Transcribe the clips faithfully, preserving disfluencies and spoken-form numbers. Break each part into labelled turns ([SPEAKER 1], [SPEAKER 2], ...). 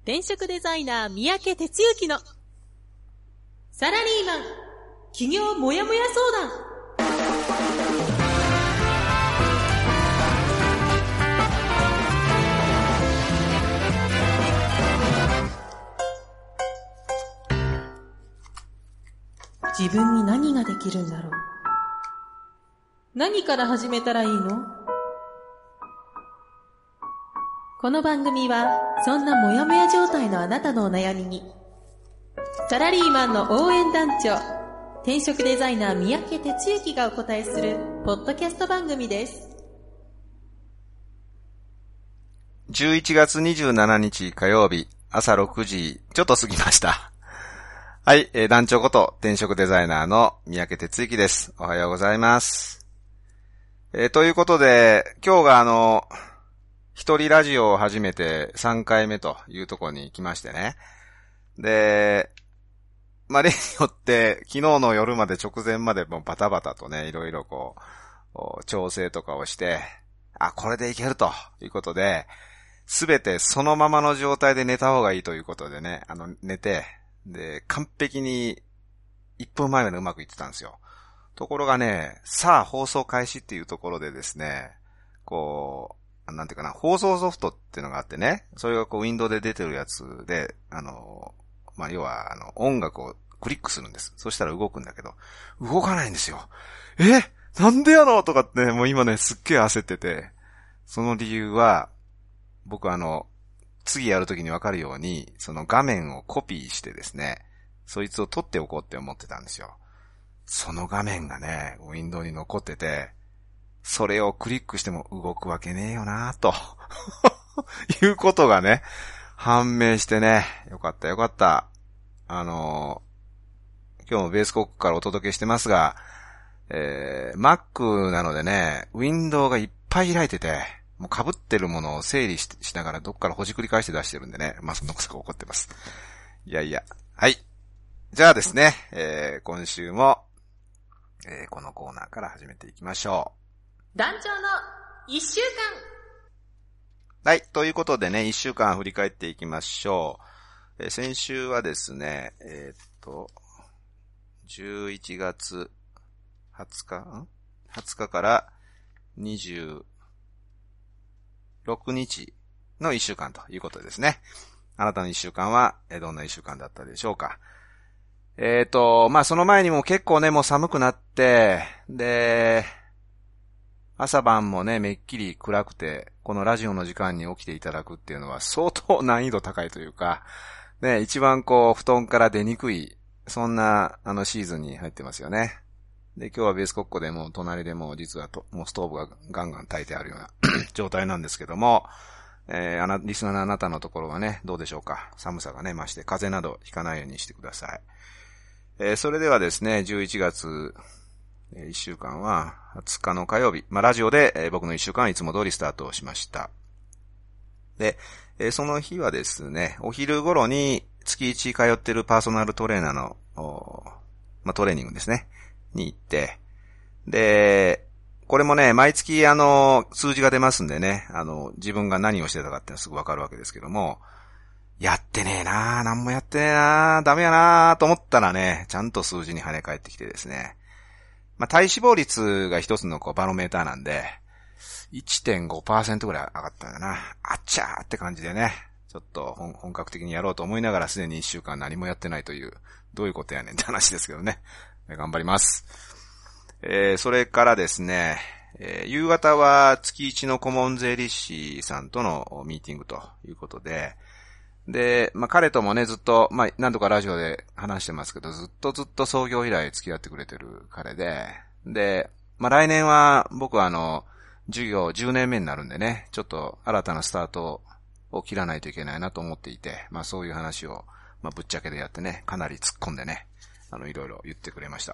[SPEAKER 1] 転職デザイナー三宅哲之のサラリーマン起業もやもや相談。自分に何ができるんだろう。何から始めたらいいの？この番組はそんなモヤモヤ状態のあなたのお悩みにサラリーマンの応援団長、転職デザイナー三宅哲之がお答えするポッドキャスト番組です。
[SPEAKER 2] じゅういちがつにじゅうしちにち火曜日朝ろくじちょっと過ぎました。はい、えー、団長こと転職デザイナーの三宅哲之です。おはようございます。えー、ということで今日があの一人ラジオを始めてさんかいめというところに来ましてね。で、まあ、例によって昨日の夜まで直前までもうバタバタとね、いろいろこう、調整とかをして、あ、これでいけるということで、すべてそのままの状態で寝た方がいいということでね、あの、寝て、で、完璧にいっぷんまえまでうまくいってたんですよ。ところがね、さあ放送開始っていうところでですね、こう、なんていうかな、放送ソフトっていうのがあってね、それがこうウィンドウで出てるやつで、あの、まあ、要はあの音楽をクリックするんです。そしたら動くんだけど、動かないんですよ。え？なんでやろうとかってね、もう今ね、すっげー焦ってて、その理由は、僕あの、次やるときにわかるように、その画面をコピーしてですね、そいつを撮っておこうって思ってたんですよ。その画面がね、ウィンドウに残ってて、それをクリックしても動くわけねえよなぁということがね判明してね、よかったよかった。あのー、今日もベースコックからお届けしてますが、えー、Mac なのでね、ウィンドウがいっぱい開いてて、もう被ってるものを整理 し, しながらどっからほじくり返して出してるんでね、まあそんなことが起こってます。いやいや、はい。じゃあですね、えー、今週も、えー、このコーナーから始めていきましょう。
[SPEAKER 1] 団長の一週間。
[SPEAKER 2] はい。ということでね、一週間振り返っていきましょう。えー、先週はですね、えー、っと、じゅういちがつはつか、ん ?はつかからにじゅうろくにちの一週間ということですね。あなたの一週間はどんな一週間だったでしょうか。えー、っと、まあ、その前にも結構ね、もう寒くなって、で、朝晩もね、めっきり暗くて、このラジオの時間に起きていただくっていうのは相当難易度高いというか、ね、一番こう、布団から出にくい、そんな、あの、シーズンに入ってますよね。で、今日はベースコックでもう隣でもう実はと、もうストーブがガンガン焚いてあるような状態なんですけども、えー、あな、リスナーのあなたのところはね、どうでしょうか。寒さがね、増して風邪などひかないようにしてください。えー、それではですね、じゅういちがつ、一週間ははつかの火曜日。まあ、ラジオで、えー、僕の一週間はいつも通りスタートをしました。で、えー、その日はですね、お昼頃に月いち通ってるパーソナルトレーナーの、まあ、トレーニングですね、に行って、で、これもね、毎月あの、数字が出ますんでね、あの、自分が何をしてたかってのはすぐわかるわけですけども、やってねえなぁ、何もやってねえなぁ、ダメやなぁと思ったらね、ちゃんと数字に跳ね返ってきてですね、まあ、体脂肪率が一つのこうバロメーターなんで、いってんごパーセント ぐらい上がったんだな。あっちゃーって感じでね、ちょっと 本, 本格的にやろうと思いながらすでにいっしゅうかん何もやってないという、どういうことやねんって話ですけどね。頑張ります。えー、それからですね、えー、夕方は月いちの顧問税理士さんとのミーティングということで、で、まあ、彼ともね、ずっと、まあ、何度かラジオで話してますけど、ずっとずっと創業以来付き合ってくれてる彼で、で、まあ、来年は僕はあの、授業じゅうねんめになるんでね、ちょっと新たなスタートを切らないといけないなと思っていて、まあ、そういう話を、まあ、ぶっちゃけでやってね、かなり突っ込んでね、あの、いろいろ言ってくれました。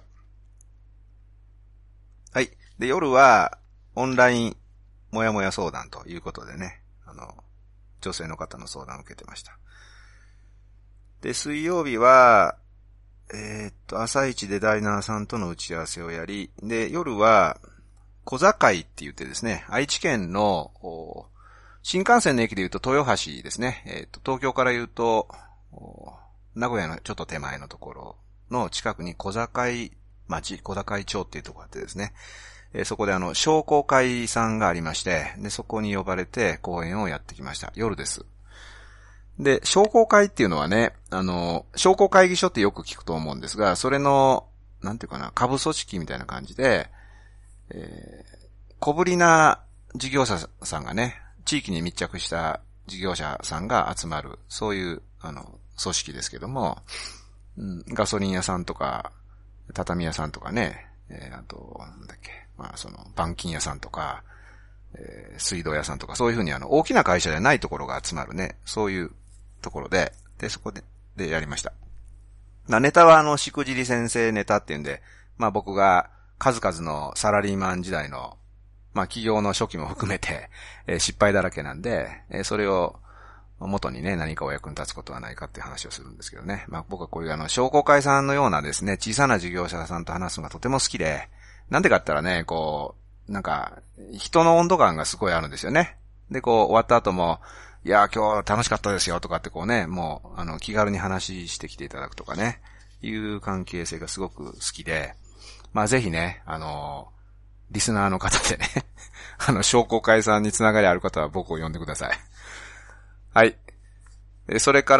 [SPEAKER 2] はい。で、夜は、オンライン、もやもや相談ということでね、あの、女性の方の相談を受けてました。で、水曜日は、えー、っと、朝一でダイナーさんとの打ち合わせをやり、で、夜は、小坂井って言ってですね、愛知県の、 新幹線の駅で言うと豊橋ですね。えっと、東京から言うと、名古屋のちょっと手前のところの近くに小堺町、小堺町っていうところがあってですね。えー、そこであの、商工会さんがありまして、で、そこに呼ばれて講演をやってきました。夜です。で、商工会っていうのはね、あの、商工会議所ってよく聞くと思うんですが、それの、なんていうかな、下部組織みたいな感じで、えー、小ぶりな事業者さんがね、地域に密着した事業者さんが集まる、そういう、あの、組織ですけども、うん、ガソリン屋さんとか、畳屋さんとかね、えー、あと、なんだっけ、まあその、板金屋さんとか、えー、水道屋さんとか、そういうふうにあの、大きな会社じゃないところが集まるね、そういうところで、で、そこで、でやりました。ネタはあの、しくじり先生ネタっていうんで、まあ僕が数々のサラリーマン時代の、まあ企業の初期も含めて、えー、失敗だらけなんで、えー、それを元にね、何かお役に立つことはないかっていう話をするんですけどね。まあ僕はこういうあの、商工会さんのようなですね、小さな事業者さんと話すのがとても好きで、なんでかって言ったらね、こう、なんか、人の温度感がすごいあるんですよね。で、こう、終わった後も、いやー今日楽しかったですよとかってこうね、もう、あの、気軽に話してきていただくとかね、いう関係性がすごく好きで、まあぜひね、あの、リスナーの方でね、あの、商工会さんにつながりある方は僕を呼んでください。はい。それから、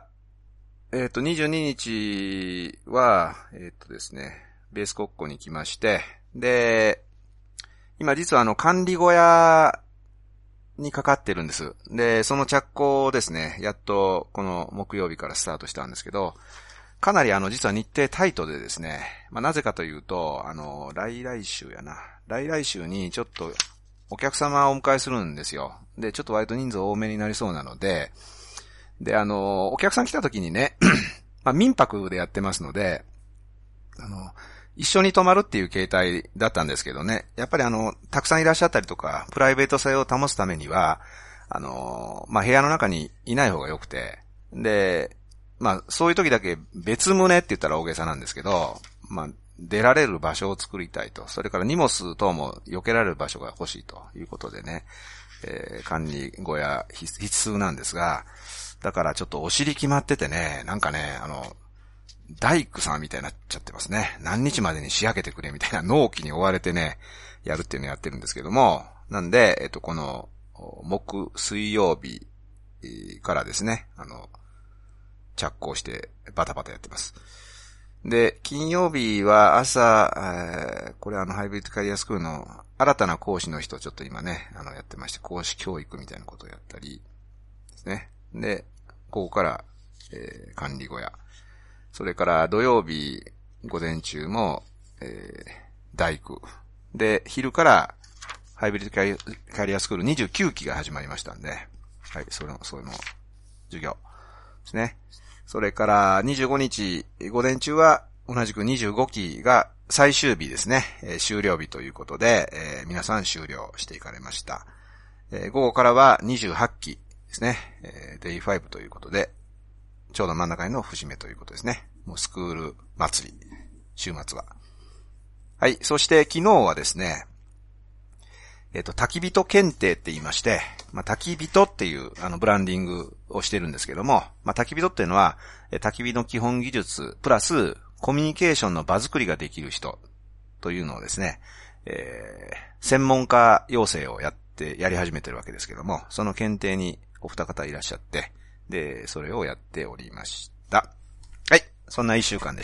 [SPEAKER 2] えっと、にじゅうににちは、えっとですね、ベース国庫に来まして、で、今実はあの、管理小屋にかかってるんです。で、その着工ですね、やっとこの木曜日からスタートしたんですけど、かなりあの、実は日程タイトでですね、まあ、なぜかというと、あの、来来週やな。来来週にちょっとお客様をお迎えするんですよ。で、ちょっと割と人数多めになりそうなので、で、あの、お客さん来た時にね、まあ、民泊でやってますので、あの、一緒に泊まるっていう形態だったんですけどね、やっぱりあの、たくさんいらっしゃったりとか、プライベート性を保つためには、あの、まあ、部屋の中にいない方が良くて、で、まあ、そういう時だけ別棟って言ったら大げさなんですけど、まあ、出られる場所を作りたいと。それから荷物等も避けられる場所が欲しいということでね、えー、管理小屋必須なんですが、だからちょっとお尻決まっててね、なんかね、あの、大工さんみたいになっちゃってますね。何日までに仕上げてくれみたいな納期に追われてね、やるっていうのをやってるんですけども、なんで、えっと、この、木、水曜日からですね、あの、着工してバタバタやってます。で、金曜日は朝、えー、これあのハイブリッドキャリアスクールの新たな講師の人ちょっと今ね、あのやってまして、講師教育みたいなことをやったりですね。で、ここから、えー、管理小屋。それから土曜日午前中も、えー、大工。で、昼からハイブリッドキャリアスクールにじゅうきゅうきが始まりましたんで、はい、その、その授業ですね。それからにじゅうごにち午前中は同じくにじゅうごきが最終日ですね、えー、終了日ということで、えー、皆さん終了していかれました。えー、午後からはにじゅうはちきですね、えー、デイファイブということで、ちょうど真ん中の節目ということですね。もうスクール祭り、週末は。はい、そして昨日はですね、えっと、焚き人検定って言いまして、まあ、焚き人っていう、あの、ブランディングをしてるんですけども、まあ、焚き人っていうのは、焚き火の基本技術、プラス、コミュニケーションの場作りができる人、というのをですね、えー、専門家養成をやって、やり始めてるわけですけども、その検定にお二方いらっしゃって、で、それをやっておりました。はい、そんな一週間でした。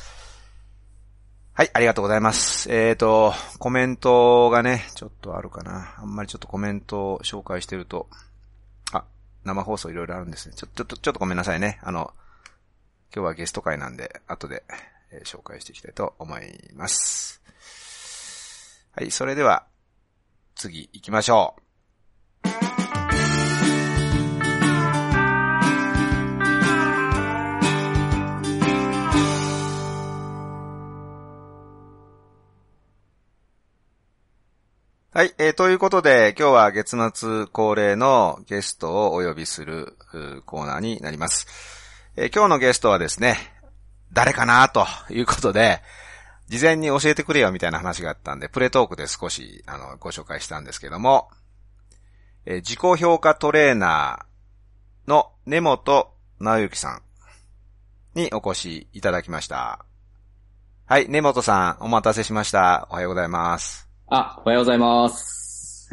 [SPEAKER 2] はい、ありがとうございます。えーと、コメントがね、ちょっとあるかな。あんまりちょっとコメントを紹介してると、あ、生放送いろいろあるんですね。ちょ、ちょっと、ちょっとごめんなさいね。あの、今日はゲスト会なんで、後で、えー、紹介していきたいと思います。はい、それでは、次行きましょう。はい、えー、ということで、今日は月末恒例のゲストをお呼びするコーナーになります。えー、今日のゲストはですね、誰かなということで、事前に教えてくれよみたいな話があったんで、プレトークで少しあのご紹介したんですけども、 えー、自己評価トレーナーの根本直之さんにお越しいただきました。はい、根本さん、お待たせしました。おはようございます。
[SPEAKER 3] あ、おはようございます。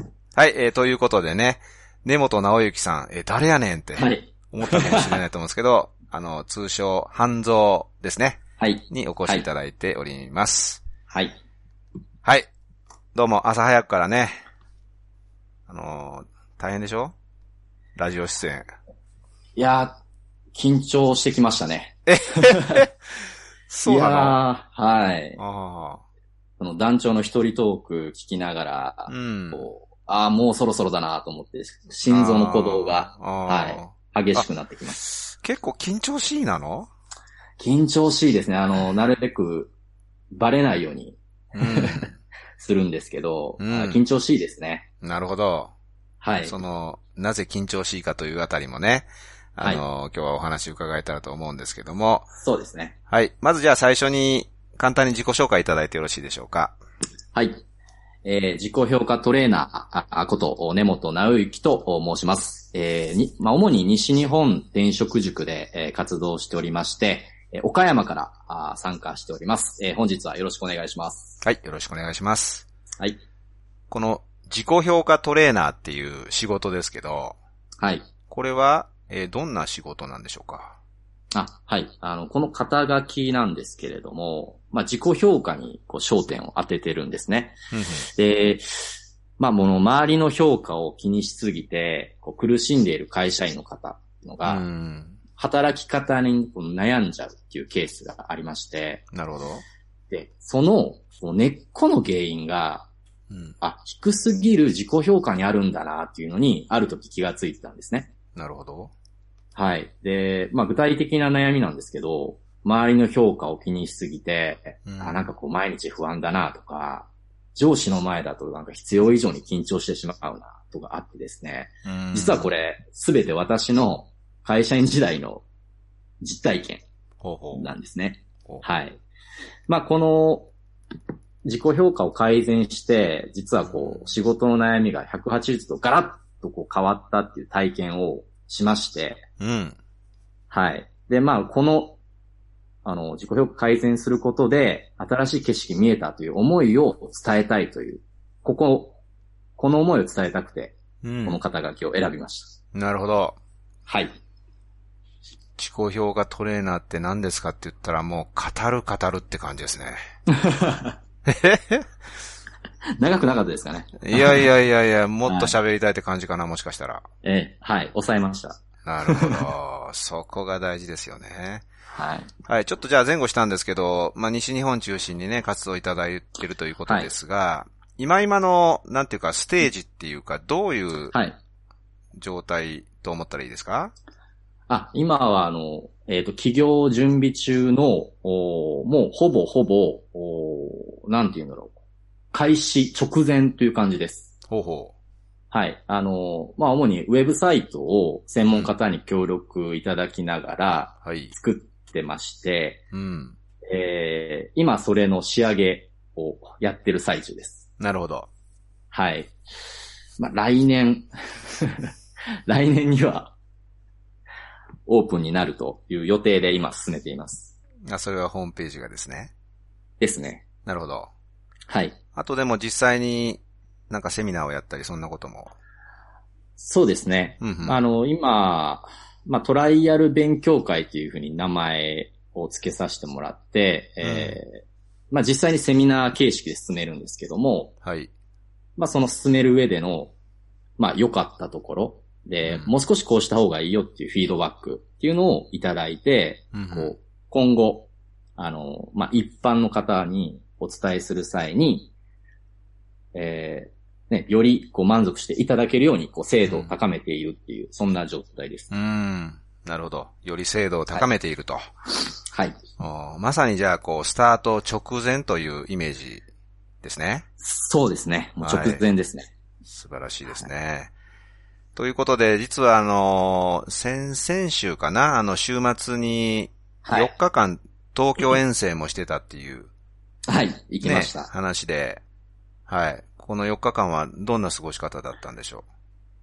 [SPEAKER 2] はい、えー、ということでね、根本直之さん、えー、誰やねんって思ったかもしれないと思うんですけど、はい、あの、通称、半蔵ですね。
[SPEAKER 3] はい。
[SPEAKER 2] にお越しいただいております。
[SPEAKER 3] はい。
[SPEAKER 2] はい。どうも、朝早くからね、あのー、大変でしょ？ラジオ出演。
[SPEAKER 3] いやー、緊張してきましたね。
[SPEAKER 2] えそうなの？
[SPEAKER 3] いやー、はい。
[SPEAKER 2] あ
[SPEAKER 3] その団長の一人トーク聞きながら、
[SPEAKER 2] うん、
[SPEAKER 3] こうああ、もうそろそろだなと思って、心臓の鼓動が、はい、激しくなってきます。
[SPEAKER 2] 結構緊張しいなの？
[SPEAKER 3] 緊張しいですね。あの、なるべくバレないように、うん、するんですけど、うん、緊張しいですね。
[SPEAKER 2] なるほど。
[SPEAKER 3] はい。
[SPEAKER 2] その、なぜ緊張しいかというあたりもね、あの、はい、今日はお話伺えたらと思うんですけども。
[SPEAKER 3] そうですね。
[SPEAKER 2] はい。まずじゃあ最初に簡単に自己紹介いただいてよろしいでしょうか。
[SPEAKER 3] はい。えー、自己評価トレーナーこと根本直之と申します。えー、に、まあ、主に西日本転職塾で、えー、活動しておりまして、えー、岡山からあ参加しております。えー、本日はよろしくお願いします。
[SPEAKER 2] はい、よろしくお願いします。
[SPEAKER 3] はい。
[SPEAKER 2] この自己評価トレーナーっていう仕事ですけど、
[SPEAKER 3] はい。
[SPEAKER 2] これは、えー、どんな仕事なんでしょうか？
[SPEAKER 3] あ、はい。あの、この肩書きなんですけれども、まあ、自己評価にこう焦点を当ててるんですね。で、まあ、もの周りの評価を気にしすぎて、こう苦しんでいる会社員の方っていうのが、働き方に悩んじゃうっていうケースがありまして、
[SPEAKER 2] なるほど。
[SPEAKER 3] で、その根っこの原因が、うん、あ、低すぎる自己評価にあるんだなっていうのに、ある時気がついてたんですね。
[SPEAKER 2] なるほど。
[SPEAKER 3] はい。で、まあ具体的な悩みなんですけど、周りの評価を気にしすぎて、うん、あ、なんかこう毎日不安だなとか、上司の前だとなんか必要以上に緊張してしまうなとかあってですね。うん、実はこれ、すべて私の会社員時代の実体験なんですね。ほうほう。はい。まあこの自己評価を改善して、実はこう仕事の悩みがひゃくはちじゅうどガラッとこう変わったっていう体験をしまして、
[SPEAKER 2] うん。
[SPEAKER 3] はい。で、まあ、この、あの、自己評価改善することで、新しい景色見えたという思いを伝えたいという、ここ、この思いを伝えたくて、うん、この肩書きを選びました。
[SPEAKER 2] なるほど。
[SPEAKER 3] はい。
[SPEAKER 2] 自己評価トレーナーって何ですかって言ったら、もう、語る語るって感じですね。
[SPEAKER 3] 長くなかったですかね。
[SPEAKER 2] いやいやいやいや、もっと喋りたいって感じかな、もしかしたら。
[SPEAKER 3] ええ、はい、抑えました。
[SPEAKER 2] なるほど。そこが大事ですよね。
[SPEAKER 3] はい。
[SPEAKER 2] はい、ちょっとじゃあ前後したんですけど、まあ、西日本中心にね、活動いただいているということですが、はい、今今の、なんていうか、ステージっていうか、どういう状態と思ったらいいですか？
[SPEAKER 3] あ、今はあの、えっと、企業準備中の、おもうほぼほぼ、おなんていうんだろう。開始直前という感じです。
[SPEAKER 2] ほうほう。
[SPEAKER 3] はい。あの、まあ、主にウェブサイトを専門家に協力いただきながら作ってまして、
[SPEAKER 2] はい、うん。
[SPEAKER 3] えー、今それの仕上げをやってる最中です。
[SPEAKER 2] なるほど。
[SPEAKER 3] はい。まあ、来年、来年にはオープンになるという予定で今進めています。
[SPEAKER 2] あ、それはホームページがですね。
[SPEAKER 3] ですね。
[SPEAKER 2] なるほど。
[SPEAKER 3] はい。
[SPEAKER 2] あとでも実際になんかセミナーをやったりそんなことも。
[SPEAKER 3] そうですね。うんうん、あの、今、まあ、トライアル勉強会というふうに名前を付けさせてもらって、うん、えー、まあ、実際にセミナー形式で進めるんですけども、
[SPEAKER 2] はい。
[SPEAKER 3] まあ、その進める上での、まあ、良かったところで、うん、もう少しこうした方がいいよっていうフィードバックっていうのをいただいて、うんうん、こう今後、あの、まあ、一般の方にお伝えする際に、えー、ね、よりこう満足していただけるようにこう精度を高めているっていう、うん、そんな状態です。
[SPEAKER 2] うーん。なるほど。より精度を高めていると。
[SPEAKER 3] はい。はい、
[SPEAKER 2] おまさにじゃあ、こう、スタート直前というイメージですね。
[SPEAKER 3] そうですね。もう直前ですね、はい。
[SPEAKER 2] 素晴らしいですね。はい、ということで、実はあの、先々週かな、あの、週末によっかかん東京遠征もしてたっていう。
[SPEAKER 3] はい、行きました。
[SPEAKER 2] ね、話で。はい。このよっかかんはどんな過ごし方だったんでしょう？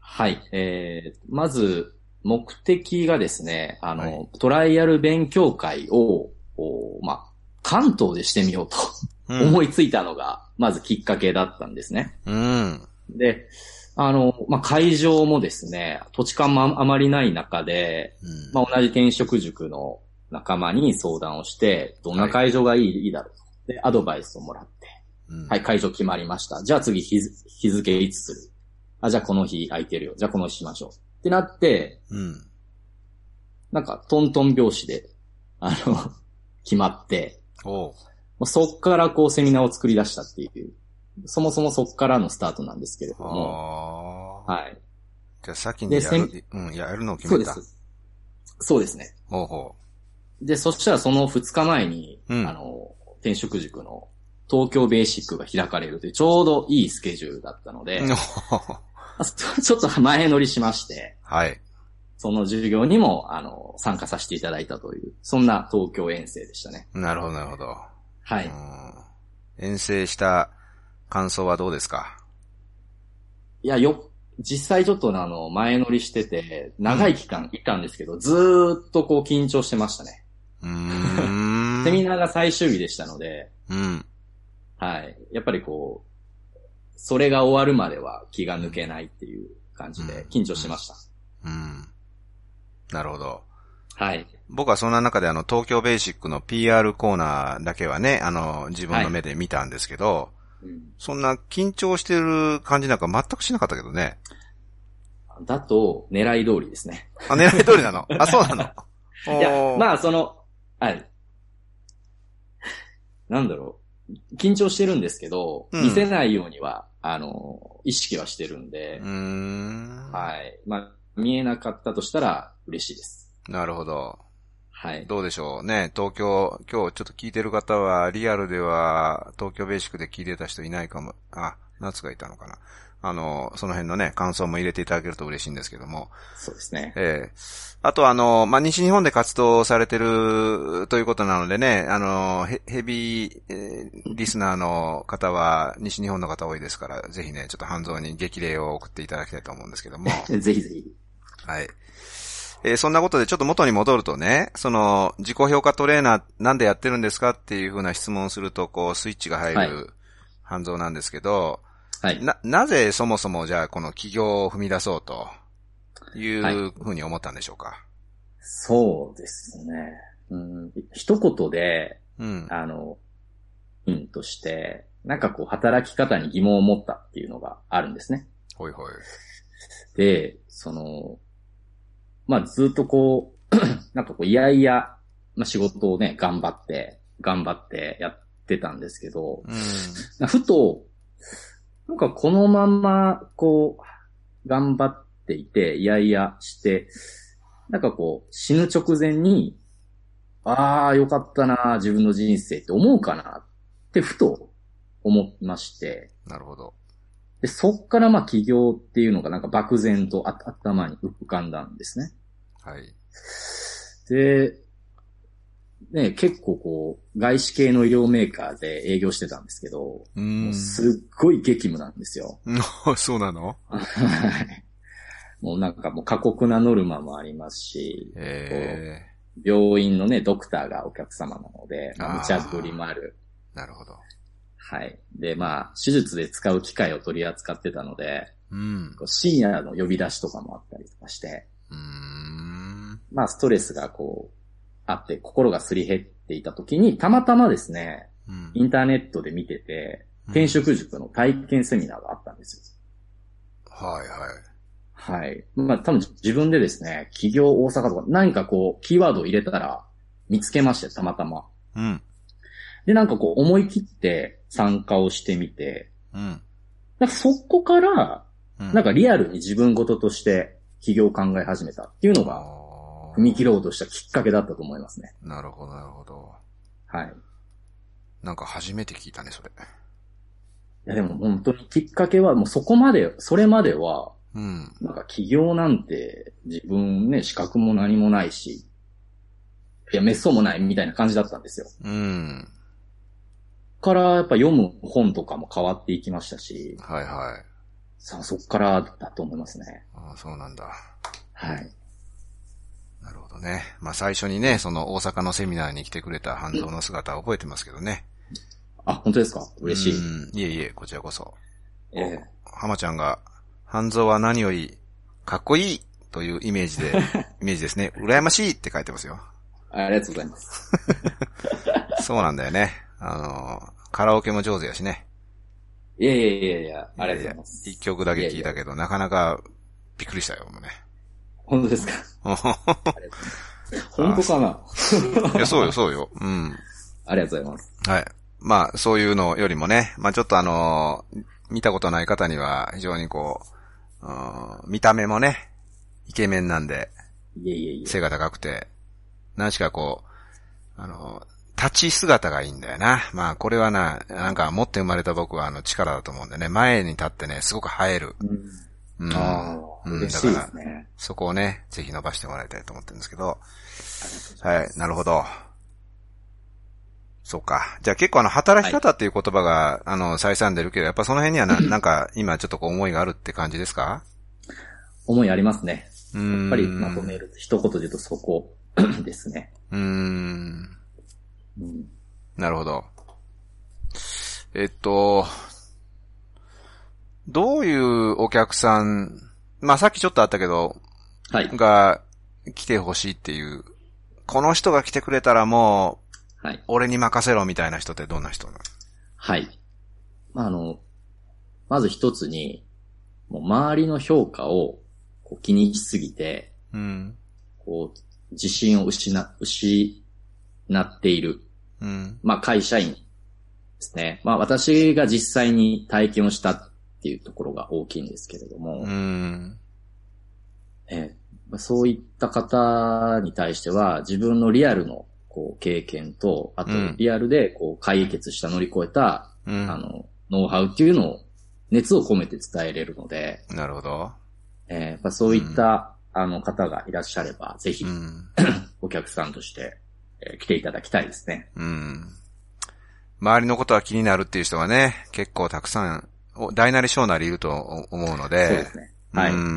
[SPEAKER 3] はい。えー、まず、目的がですね、あの、はい、トライアル勉強会を、まあ、関東でしてみようと、うん、思いついたのが、まずきっかけだったんですね。
[SPEAKER 2] うん、
[SPEAKER 3] で、あの、まあ、会場もですね、土地勘もあまりない中で、うん、まあ、同じ転職塾の仲間に相談をして、どんな会場がいい、はい、いいだろうと。で、アドバイスをもらって、うん、はい、会場決まりました。じゃあ次日付、日付いつする？あ、じゃあこの日空いてるよ。じゃあこの日しましょう。ってなって、
[SPEAKER 2] うん、
[SPEAKER 3] なんかトントン拍子で、あの、決まって、
[SPEAKER 2] お
[SPEAKER 3] うそっからこうセミナーを作り出したっていう、そもそもそっからのスタートなんですけれども、はい。
[SPEAKER 2] じゃあ先にやる、うん、やるのを決めた。
[SPEAKER 3] そうです。そうですね。
[SPEAKER 2] ほうほ
[SPEAKER 3] う。で、そしたらそのふつかまえに、うん、あの、転職塾の東京ベーシックが開かれるというちょうどいいスケジュールだったので、ちょっと前乗りしまして、
[SPEAKER 2] はい。
[SPEAKER 3] その授業にも、あの、参加させていただいたという、そんな東京遠征でしたね。
[SPEAKER 2] なるほど、なるほど。
[SPEAKER 3] はい。
[SPEAKER 2] 遠征した感想はどうですか？
[SPEAKER 3] いや、よ、実際ちょっとあの、前乗りしてて、長い期間いたんですけど、うん、ずーっとこう緊張してましたね。
[SPEAKER 2] うーん
[SPEAKER 3] セミナーが最終日でしたので、
[SPEAKER 2] うん。
[SPEAKER 3] はい。やっぱりこう、それが終わるまでは気が抜けないっていう感じで緊張しました。
[SPEAKER 2] うん。うん、なるほど。
[SPEAKER 3] はい。
[SPEAKER 2] 僕はそんな中であの、東京ベーシックの ピーアール コーナーだけはね、あの、自分の目で見たんですけど、はい、うん、そんな緊張してる感じなんか全くしなかったけどね。
[SPEAKER 3] だと、狙い通りですね。
[SPEAKER 2] あ、狙い通りなの？あ、そうなの？
[SPEAKER 3] いや、まあその、はい。なんだろう。緊張してるんですけど、うん、見せないようには、あの、意識はしてるんで、
[SPEAKER 2] うーん
[SPEAKER 3] はい。まあ、見えなかったとしたら嬉しいです。
[SPEAKER 2] なるほど。
[SPEAKER 3] はい。
[SPEAKER 2] どうでしょうね。東京、今日ちょっと聞いてる方は、リアルでは、東京ベーシックで聞いてた人いないかも。あ、夏がいたのかな。あの、その辺のね、感想も入れていただけると嬉しいんですけども。
[SPEAKER 3] そうですね。
[SPEAKER 2] ええー。あとあの、まあ、西日本で活動されてるということなのでね、あの、ヘ, ヘビー、えー、リスナーの方は西日本の方多いですから、ぜひね、ちょっと半蔵に激励を送っていただきたいと思うんですけども。
[SPEAKER 3] ぜひぜひ。
[SPEAKER 2] はい。えー、そんなことでちょっと元に戻るとね、その、自己評価トレーナーなんでやってるんですかっていうふうな質問をすると、こう、スイッチが入る半蔵なんですけど、
[SPEAKER 3] はい。
[SPEAKER 2] な、なぜそもそもじゃあこの起業を踏み出そうというふうに思ったんでしょうか？はい、
[SPEAKER 3] そうですね。うん、一言で、
[SPEAKER 2] うん、
[SPEAKER 3] あの、ヒントして、なんかこう、働き方に疑問を持ったっていうのがあるんですね。
[SPEAKER 2] ほいほい。
[SPEAKER 3] で、その、まあ、ずっとこう、なんかこう、いやいや、まあ、仕事をね、頑張って、頑張ってやってたんですけど、
[SPEAKER 2] うん、
[SPEAKER 3] ふと、なんかこのまま、こう、頑張っていて、いやいやして、なんかこう、死ぬ直前に、ああ、よかったな、自分の人生って思うかな、ってふと思いまして。
[SPEAKER 2] なるほど。
[SPEAKER 3] で、そっからまあ起業っていうのがなんか漠然と頭に浮かんだんですね。
[SPEAKER 2] はい。
[SPEAKER 3] で、ね、結構こう、外資系の医療メーカーで営業してたんですけど、
[SPEAKER 2] うん、
[SPEAKER 3] もうすっごい激務なんですよ。
[SPEAKER 2] そうなの？
[SPEAKER 3] はい。もうなんかもう過酷なノルマもありますし、
[SPEAKER 2] え
[SPEAKER 3] ー、病院のね、ドクターがお客様なので、まあ、無茶ぶりもある。
[SPEAKER 2] なるほど。
[SPEAKER 3] はい。で、まあ、手術で使う機械を取り扱ってたので、
[SPEAKER 2] うん、
[SPEAKER 3] 深夜の呼び出しとかもあったりとかして、
[SPEAKER 2] うーん
[SPEAKER 3] まあ、ストレスがこう、あって、心がすり減っていた時に、たまたまですね、
[SPEAKER 2] うん、
[SPEAKER 3] インターネットで見てて、転職塾の体験セミナーがあったんです
[SPEAKER 2] よ。はい
[SPEAKER 3] はい。はい。まあ、多分自分でですね、企業大阪とか何かこう、キーワードを入れたら見つけまして、たまたま。
[SPEAKER 2] うん。
[SPEAKER 3] で、なんかこう、思い切って参加をしてみて、
[SPEAKER 2] うん。
[SPEAKER 3] なんかそこから、
[SPEAKER 2] うん、
[SPEAKER 3] なんかリアルに自分事として起業を考え始めたっていうのが、踏み切ろうとしたきっかけだったと思いますね。
[SPEAKER 2] なるほど、なるほど。
[SPEAKER 3] はい。
[SPEAKER 2] なんか初めて聞いたね、それ。
[SPEAKER 3] いやでも本当にきっかけは、もうそこまで、それまでは、
[SPEAKER 2] うん。
[SPEAKER 3] なんか起業なんて自分ね、資格も何もないし、いや、滅相もないみたいな感じだったんですよ。
[SPEAKER 2] うん。
[SPEAKER 3] からやっぱ読む本とかも変わっていきましたし、
[SPEAKER 2] はいはい。
[SPEAKER 3] そ、そっからだと思いますね。
[SPEAKER 2] ああ、そうなんだ。
[SPEAKER 3] はい。
[SPEAKER 2] なるほどね。まあ最初にね、その大阪のセミナーに来てくれた半蔵の姿を覚えてますけどね。
[SPEAKER 3] あ、本当ですか？嬉しい。
[SPEAKER 2] うん。いえいえ、こちらこそ。
[SPEAKER 3] ええ。
[SPEAKER 2] 浜ちゃんが、半蔵は何よりかっこいいというイメージで、イメージですね。羨ましいって書いてますよ。
[SPEAKER 3] ありがとうございます。
[SPEAKER 2] そうなんだよね。あの、カラオケも上手やしね。
[SPEAKER 3] いやいやいやいや、ありがとうございます。
[SPEAKER 2] 一曲だけ聞いたけど、いやいやなかなかびっくりしたよ、もうね。
[SPEAKER 3] 本当ですか？本当かな？
[SPEAKER 2] いや、そうよ、そうよ。うん。
[SPEAKER 3] ありがとうございます。
[SPEAKER 2] はい。まあ、そういうのよりもね、まあちょっとあのー、見たことない方には非常にこう、うん、見た目もね、イケメンなんで、
[SPEAKER 3] いえいえいえ。
[SPEAKER 2] 背が高くて、何しかこう、あの、立ち姿がいいんだよな。まあこれはな、なんか持って生まれた僕はあの力だと思うんでね、前に立ってね、すごく映える。
[SPEAKER 3] うん。うん、ああ、うん、嬉しいですね。
[SPEAKER 2] そこをね、ぜひ伸ばしてもらいたいと思ってるんですけど。はい、なるほど。そうか。じゃあ結構あの、働き方っていう言葉が、はい、あの、再三出るけど、やっぱその辺にはな、なんか今ちょっとこう思いがあるって感じですか？
[SPEAKER 3] 思いありますね。やっぱりまとめると一言で言うとそこですね。
[SPEAKER 2] うーん。うん、なるほど。えっと、どういうお客さん、まあさっきちょっとあったけど、
[SPEAKER 3] はい。
[SPEAKER 2] が来てほしいっていう、この人が来てくれたらもう、はい。俺に任せろみたいな人ってどんな人なの？
[SPEAKER 3] はい。まあ、あの、まず一つに、もう周りの評価をこう気にしすぎて、
[SPEAKER 2] うん。
[SPEAKER 3] こう、自信を失、失っている。
[SPEAKER 2] うん。
[SPEAKER 3] まあ、会社員ですね。まあ、私が実際に体験をしたっていうところが大きいんですけれども、
[SPEAKER 2] うん。
[SPEAKER 3] えー、そういった方に対しては、自分のリアルのこう経験と、あとリアルでこう解決した乗り越えた、うん、あの、ノウハウっていうのを熱を込めて伝えれるので、
[SPEAKER 2] なるほど。
[SPEAKER 3] えー、やっぱそういった、うん、あの方がいらっしゃれば、ぜひ、うん、お客さんとして、えー、来ていただきたいですね。
[SPEAKER 2] うん。周りのことは気になるっていう人はね、結構たくさん、大なり小なりいると思うので、
[SPEAKER 3] そうですね。はい。
[SPEAKER 2] うん。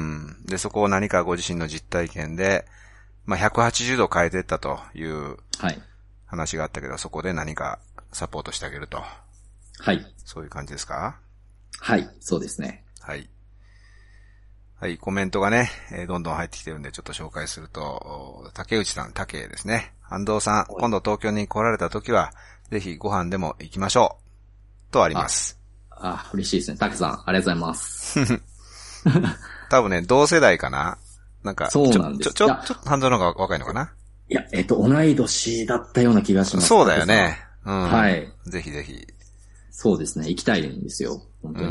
[SPEAKER 2] で、そこを何かご自身の実体験で、まあ、ひゃくはちじゅうど変えていったという話があったけど、はい、そこで何かサポートしてあげると。
[SPEAKER 3] はい。
[SPEAKER 2] そういう感じですか？
[SPEAKER 3] はい、そうですね。
[SPEAKER 2] はい。はい、コメントがね、えー、どんどん入ってきてるんでちょっと紹介すると、竹内さん、竹ですね。安藤さん、今度東京に来られた時は、ぜひご飯でも行きましょう。とあります。
[SPEAKER 3] あ、あ、嬉しいですね。竹さん、ありがとうございます。
[SPEAKER 2] 多分ね、同世代かな？なんか、
[SPEAKER 3] そうなんです。
[SPEAKER 2] ちょ、ちょ、ちょっと半蔵の方が若いのかな？
[SPEAKER 3] いや、えっと、同い年だったような気がします。
[SPEAKER 2] そうだよね。うん。
[SPEAKER 3] はい。
[SPEAKER 2] ぜひぜひ。
[SPEAKER 3] そうですね。行きたいんですよ。本当に。
[SPEAKER 2] うん。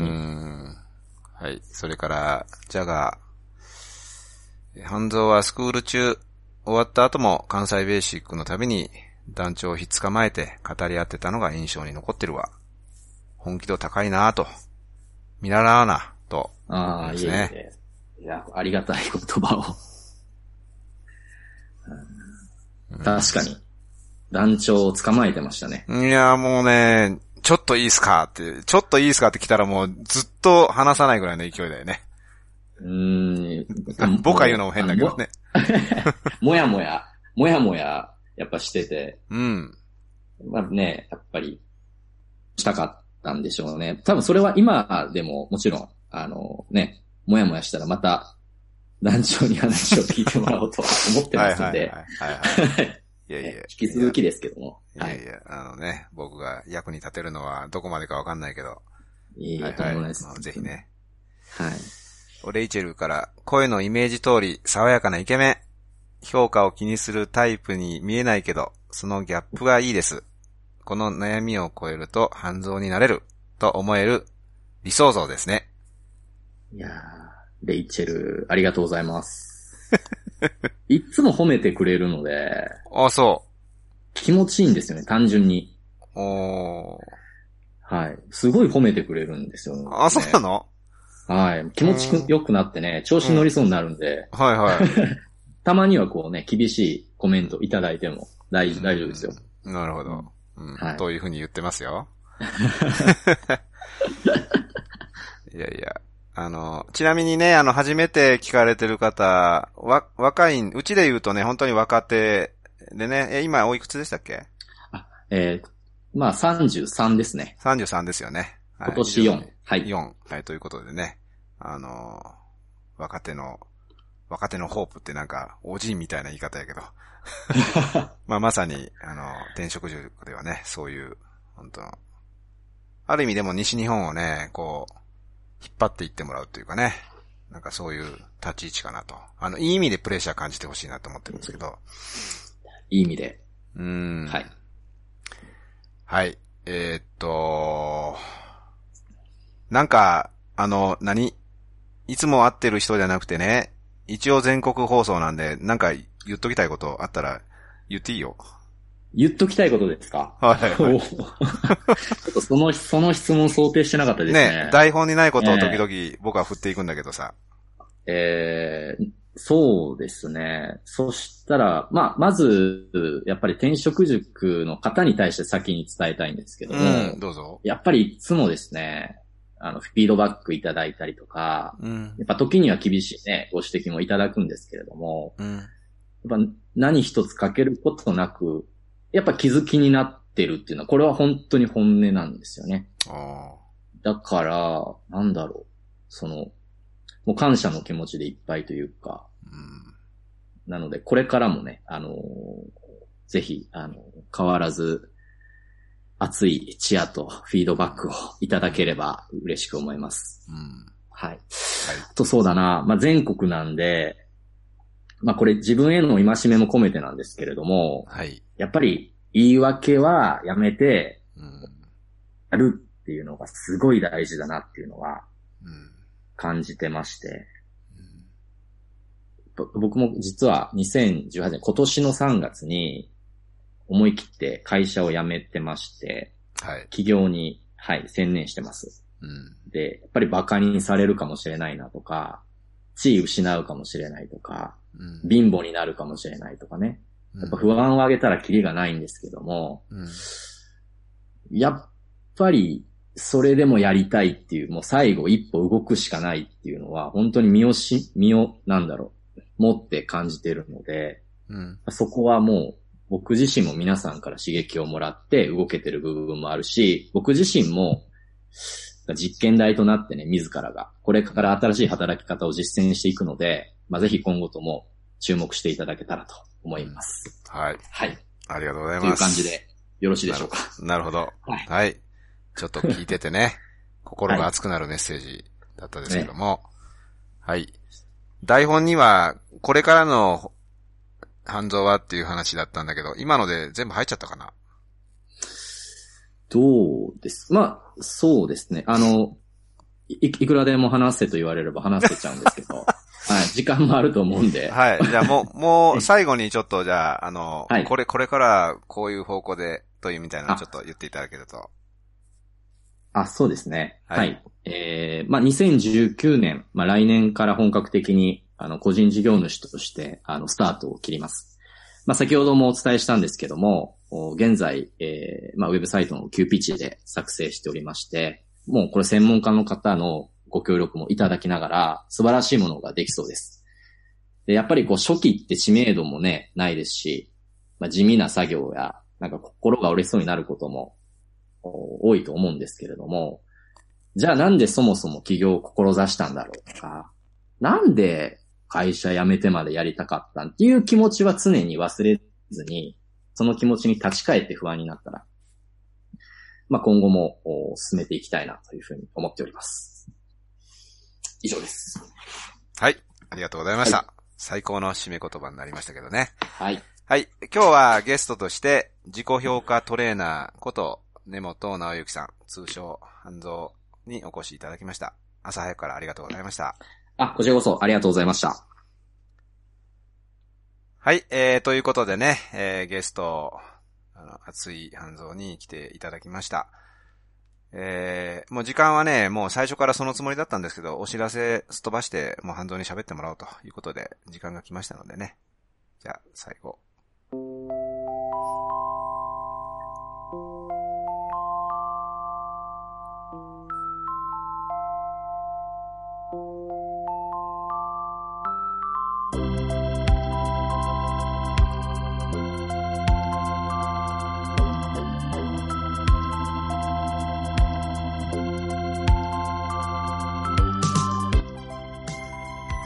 [SPEAKER 2] はい。それから、ジャガー。半蔵はスクール中、終わった後も関西ベーシックのたびに団長をひっ捕まえて語り合ってたのが印象に残ってるわ。本気度高いなぁと。見習わな、と。
[SPEAKER 3] ああ、いえいえ。いや、ありがたい言葉を。うん、確かに。団長を捕まえてましたね。
[SPEAKER 2] いや、もうね、ちょっといいっすかって、ちょっといいっすかって来たらもうずっと話さないぐらいの勢いだよね。
[SPEAKER 3] うー
[SPEAKER 2] ん。僕が言うのも変だけどね。
[SPEAKER 3] もやもや、もやもや、やっぱしてて。
[SPEAKER 2] うん。
[SPEAKER 3] まあね、やっぱり、したかったんでしょうね。多分それは今でももちろん、あのね、もやもやしたらまた団長に話を聞いてもらおうと思ってますので。
[SPEAKER 2] はいはいはい。いやいや。
[SPEAKER 3] 引き続きですけども。
[SPEAKER 2] いやいや、はい、あのね、僕が役に立てるのはどこまでかわかんないけど。
[SPEAKER 3] いい、はいはい、とんでもないです。
[SPEAKER 2] ぜひね。
[SPEAKER 3] はい。
[SPEAKER 2] レイチェルから声のイメージ通り爽やかなイケメン。評価を気にするタイプに見えないけど、そのギャップがいいです。この悩みを超えると半蔵になれると思える理想像ですね。
[SPEAKER 3] いやー、レイチェル、ありがとうございます。いつも褒めてくれるので。
[SPEAKER 2] あ、そう。
[SPEAKER 3] 気持ちいいんですよね、単純に。
[SPEAKER 2] おー。
[SPEAKER 3] はい。すごい褒めてくれるんですよね。
[SPEAKER 2] あ、そうなの？
[SPEAKER 3] はい。気持ちよくなってね、調子乗りそうになるんで。
[SPEAKER 2] うん、はいはい。
[SPEAKER 3] たまにはこうね、厳しいコメントいただいても大丈夫ですよ。
[SPEAKER 2] なるほど。うんはい、というふうに言ってますよ。いやいや、 あの、ちなみにね、あの、初めて聞かれてる方、わ、若い、うちで言うとね、本当に若手でね、え、今おいくつでしたっけ？
[SPEAKER 3] あ、えー、まあさんじゅうさんですね。
[SPEAKER 2] さんじゅうさんですよね。
[SPEAKER 3] 今年よん。
[SPEAKER 2] はい。よん。はい、ということでね、あの、若手の、若手のホープってなんか、おじいみたいな言い方やけど。まあまさに、あの、転職塾ではね、そういう、本当ある意味でも西日本をね、こう、引っ張っていってもらうというかね、なんかそういう立ち位置かなと。あの、いい意味でプレッシャー感じてほしいなと思ってるんですけど。
[SPEAKER 3] いい意味で。
[SPEAKER 2] うーん。
[SPEAKER 3] はい。
[SPEAKER 2] はい。えー、っと、なんか、あの、何いつも会ってる人じゃなくてね、一応全国放送なんで、なんか言っときたいことあったら言っていいよ。
[SPEAKER 3] 言っときたいことですか？
[SPEAKER 2] はい、はい。
[SPEAKER 3] ちょっとその、その質問想定してなかったですね。
[SPEAKER 2] ね、台本にないことを時々僕は振っていくんだけどさ。
[SPEAKER 3] えー、そうですね。そしたら、まあ、まず、やっぱり転職塾の方に対して先に伝えたいんですけども、
[SPEAKER 2] うん、どうぞ。
[SPEAKER 3] やっぱりいつもですね、あの、フィードバックいただいたりとか、
[SPEAKER 2] うん、
[SPEAKER 3] やっぱ時には厳しいね、ご指摘もいただくんですけれども、
[SPEAKER 2] うん、
[SPEAKER 3] やっぱ何一つ欠けることなく、やっぱ気づきになってるっていうのは、これは本当に本音なんですよね。
[SPEAKER 2] あ
[SPEAKER 3] だから、なんだろう、その、もう感謝の気持ちでいっぱいというか、
[SPEAKER 2] うん、
[SPEAKER 3] なので、これからもね、あのー、ぜひ、あの、変わらず、熱いチアとフィードバックをいただければ嬉しく思います。
[SPEAKER 2] うん、
[SPEAKER 3] はい。はい。
[SPEAKER 2] あ
[SPEAKER 3] と、そうだな、まあ、全国なんで、まあ、これ自分への戒めも込めてなんですけれども、
[SPEAKER 2] はい。
[SPEAKER 3] やっぱり言い訳はやめて、
[SPEAKER 2] うん、
[SPEAKER 3] やるっていうのがすごい大事だなっていうのは
[SPEAKER 2] うん、
[SPEAKER 3] 感じてまして、僕も実はにせんじゅうはちねん、今年のさんがつに思い切って会社を辞めてまして、
[SPEAKER 2] はい。
[SPEAKER 3] 起業に、はい、専念してます。
[SPEAKER 2] うん、
[SPEAKER 3] で、やっぱり馬鹿にされるかもしれないなとか、地位失うかもしれないとか、
[SPEAKER 2] うん、
[SPEAKER 3] 貧乏になるかもしれないとかね。やっぱ不安を上げたらキリがないんですけども、
[SPEAKER 2] うん、
[SPEAKER 3] やっぱりそれでもやりたいっていう、もう最後一歩動くしかないっていうのは、本当に身をし、身を、なんだろう、持って感じてるので、
[SPEAKER 2] うん、
[SPEAKER 3] そこはもう僕自身も皆さんから刺激をもらって動けてる部分もあるし、僕自身も実験台となってね、自らが、これから新しい働き方を実践していくので、まあ、ぜひ今後とも注目していただけたらと思います。
[SPEAKER 2] うん、はい。
[SPEAKER 3] はい。
[SPEAKER 2] ありがとうございます。
[SPEAKER 3] という感じでよろしいでしょうか。
[SPEAKER 2] なるほど。はい。はい。ちょっと聞いててね、心が熱くなるメッセージだったですけども、ね、はい。台本には、これからの半蔵はっていう話だったんだけど、今ので全部入っちゃったかな？
[SPEAKER 3] どうですまあ、そうですね。あの、い、いくらでも話せと言われれば話せちゃうんですけど、はい、時間もあると思うんで。
[SPEAKER 2] はい。じゃあもう、もう最後にちょっとじゃあ、あの、はい、これ、これからこういう方向でというみたいなのをちょっと言っていただけると。
[SPEAKER 3] あ、そうですね。
[SPEAKER 2] はい。はい、
[SPEAKER 3] えー、まあ、にせんじゅうきゅうねん、まあ、来年から本格的に、あの、個人事業主として、あの、スタートを切ります。まあ、先ほどもお伝えしたんですけども、現在、えー、まあ、ウェブサイトの急ピッチで作成しておりまして、もうこれ専門家の方のご協力もいただきながら、素晴らしいものができそうです。で、やっぱりこう、初期って知名度もね、ないですし、まあ、地味な作業や、なんか心が折れそうになることも多いと思うんですけれども、じゃあなんでそもそも起業を志したんだろうとか、なんで会社辞めてまでやりたかったんっていう気持ちは常に忘れずに、その気持ちに立ち返って不安になったら、まあ、今後も進めていきたいなというふうに思っております。以上です。
[SPEAKER 2] はい。ありがとうございました。はい、最高の締め言葉になりましたけどね。
[SPEAKER 3] はい。
[SPEAKER 2] はい。今日はゲストとして自己評価トレーナーこと根本直之さん、通称半蔵にお越しいただきました。朝早くからありがとうございました。
[SPEAKER 3] あ、こちらこそありがとうございました。
[SPEAKER 2] はい、えー、ということでね、えー、ゲスト、あの、熱い半蔵に来ていただきました。えー、もう時間はね、もう最初からそのつもりだったんですけど、お知らせすっ飛ばして、もう半蔵に喋ってもらおうということで、時間が来ましたのでね。じゃあ、最後。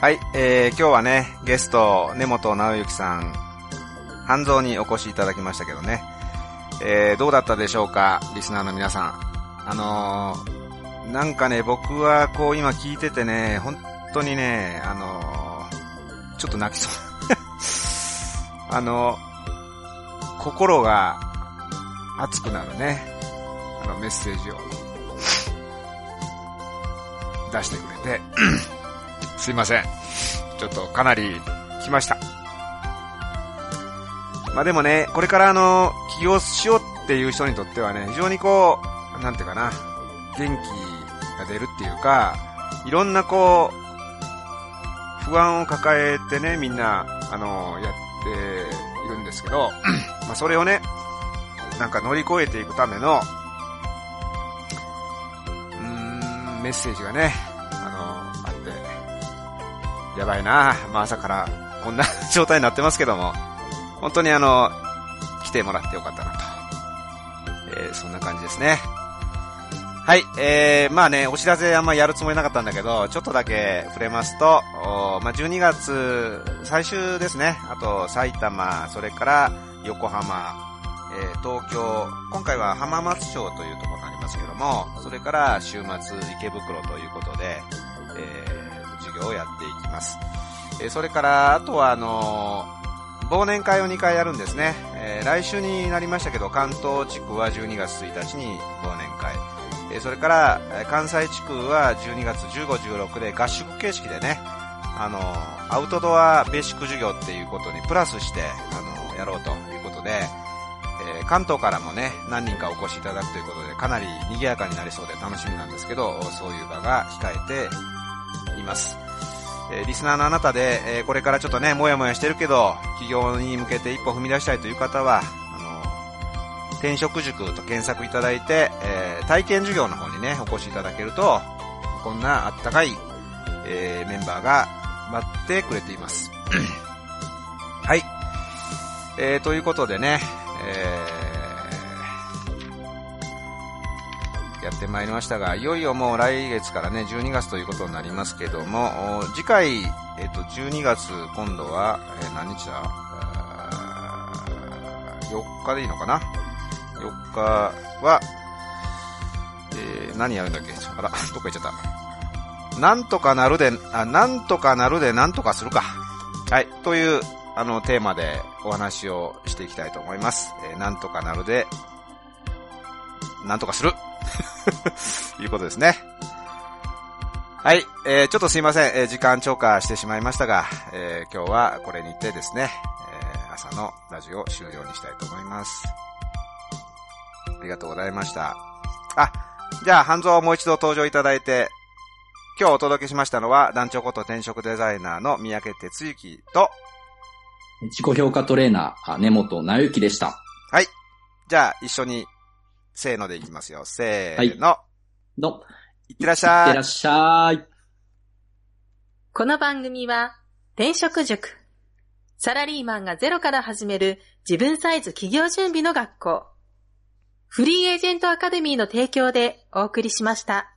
[SPEAKER 2] はい、えー、今日はね、ゲスト、根本直之さん、半蔵にお越しいただきましたけどね。えー、どうだったでしょうか、リスナーの皆さん。あのー、なんかね、僕はこう今聞いててね、本当にね、あのー、ちょっと泣きそう。あのー、心が熱くなるね、あのメッセージを出してくれて、すいません。ちょっとかなり来ました。まあでもね、これからあの、起業しようっていう人にとってはね、非常にこう、なんていうかな、元気が出るっていうか、いろんなこう、不安を抱えてね、みんな、あの、やっているんですけど、まあそれをね、なんか乗り越えていくための、うーん、メッセージがね、あの、あって、やばいな、まあ朝からこんな状態になってますけども、本当にあの、来てもらってよかったなと。えー、そんな感じですね。はい、えー、まあね、お知らせあんまやるつもりなかったんだけど、ちょっとだけ触れますと、まあじゅうにがつ最終ですね。あと埼玉、それから横浜、えー、東京、今回は浜松町というところになりますけども、それから週末池袋ということで、えー、授業をやっていきます。えー、それからあとはあのー、忘年会をにかいやるんですね。えー、来週になりましたけど、関東地区はじゅうにがつついたちに忘年会。えー、それから、関西地区はじゅうにがつじゅうご、じゅうろくで合宿形式でね、あの、アウトドアベーシック授業っていうことにプラスして、あの、やろうということで、えー、関東からもね、何人かお越しいただくということで、かなり賑やかになりそうで楽しみなんですけど、そういう場が控えています。えー、リスナーのあなたで、えー、これからちょっとね、もやもやしてるけど、起業に向けて一歩踏み出したいという方は、あの、転職塾と検索いただいて、えー、体験授業の方にね、お越しいただけると、こんなあったかい、えー、メンバーが待ってくれています。はい。えー、ということでね、えー、やってまいりましたが、いよいよもう来月からね、じゅうにがつということになりますけども、次回、えっと、じゅうにがつ、今度は、えー、何日だよっかでいいのかな ?よっかは、えー、何やるんだっけあら、どっか行っちゃった。なんとかなるで、あ、なんとかなるでなんとかするか。はい。という、あの、テーマでお話をしていきたいと思います。えー、なんとかなるで、なんとかする。いうことですね。はい。えー、ちょっとすいません。えー、時間超過してしまいましたが、えー、今日はこれにてですね、えー、朝のラジオを終了にしたいと思います。ありがとうございました。あ、じゃあ、半蔵をもう一度登場いただいて、今日お届けしましたのは、団長こと転職デザイナーの三宅哲之と、
[SPEAKER 3] 自己評価トレーナー、根本直之でした。
[SPEAKER 2] はい。じゃあ、一緒に、せーのでいきますよ。せーの。はい、
[SPEAKER 3] の。
[SPEAKER 2] いってらっしゃい。
[SPEAKER 3] いってらっしゃい。
[SPEAKER 1] この番組は、転職塾。サラリーマンがゼロから始める自分サイズ企業準備の学校。フリーエージェントアカデミーの提供でお送りしました。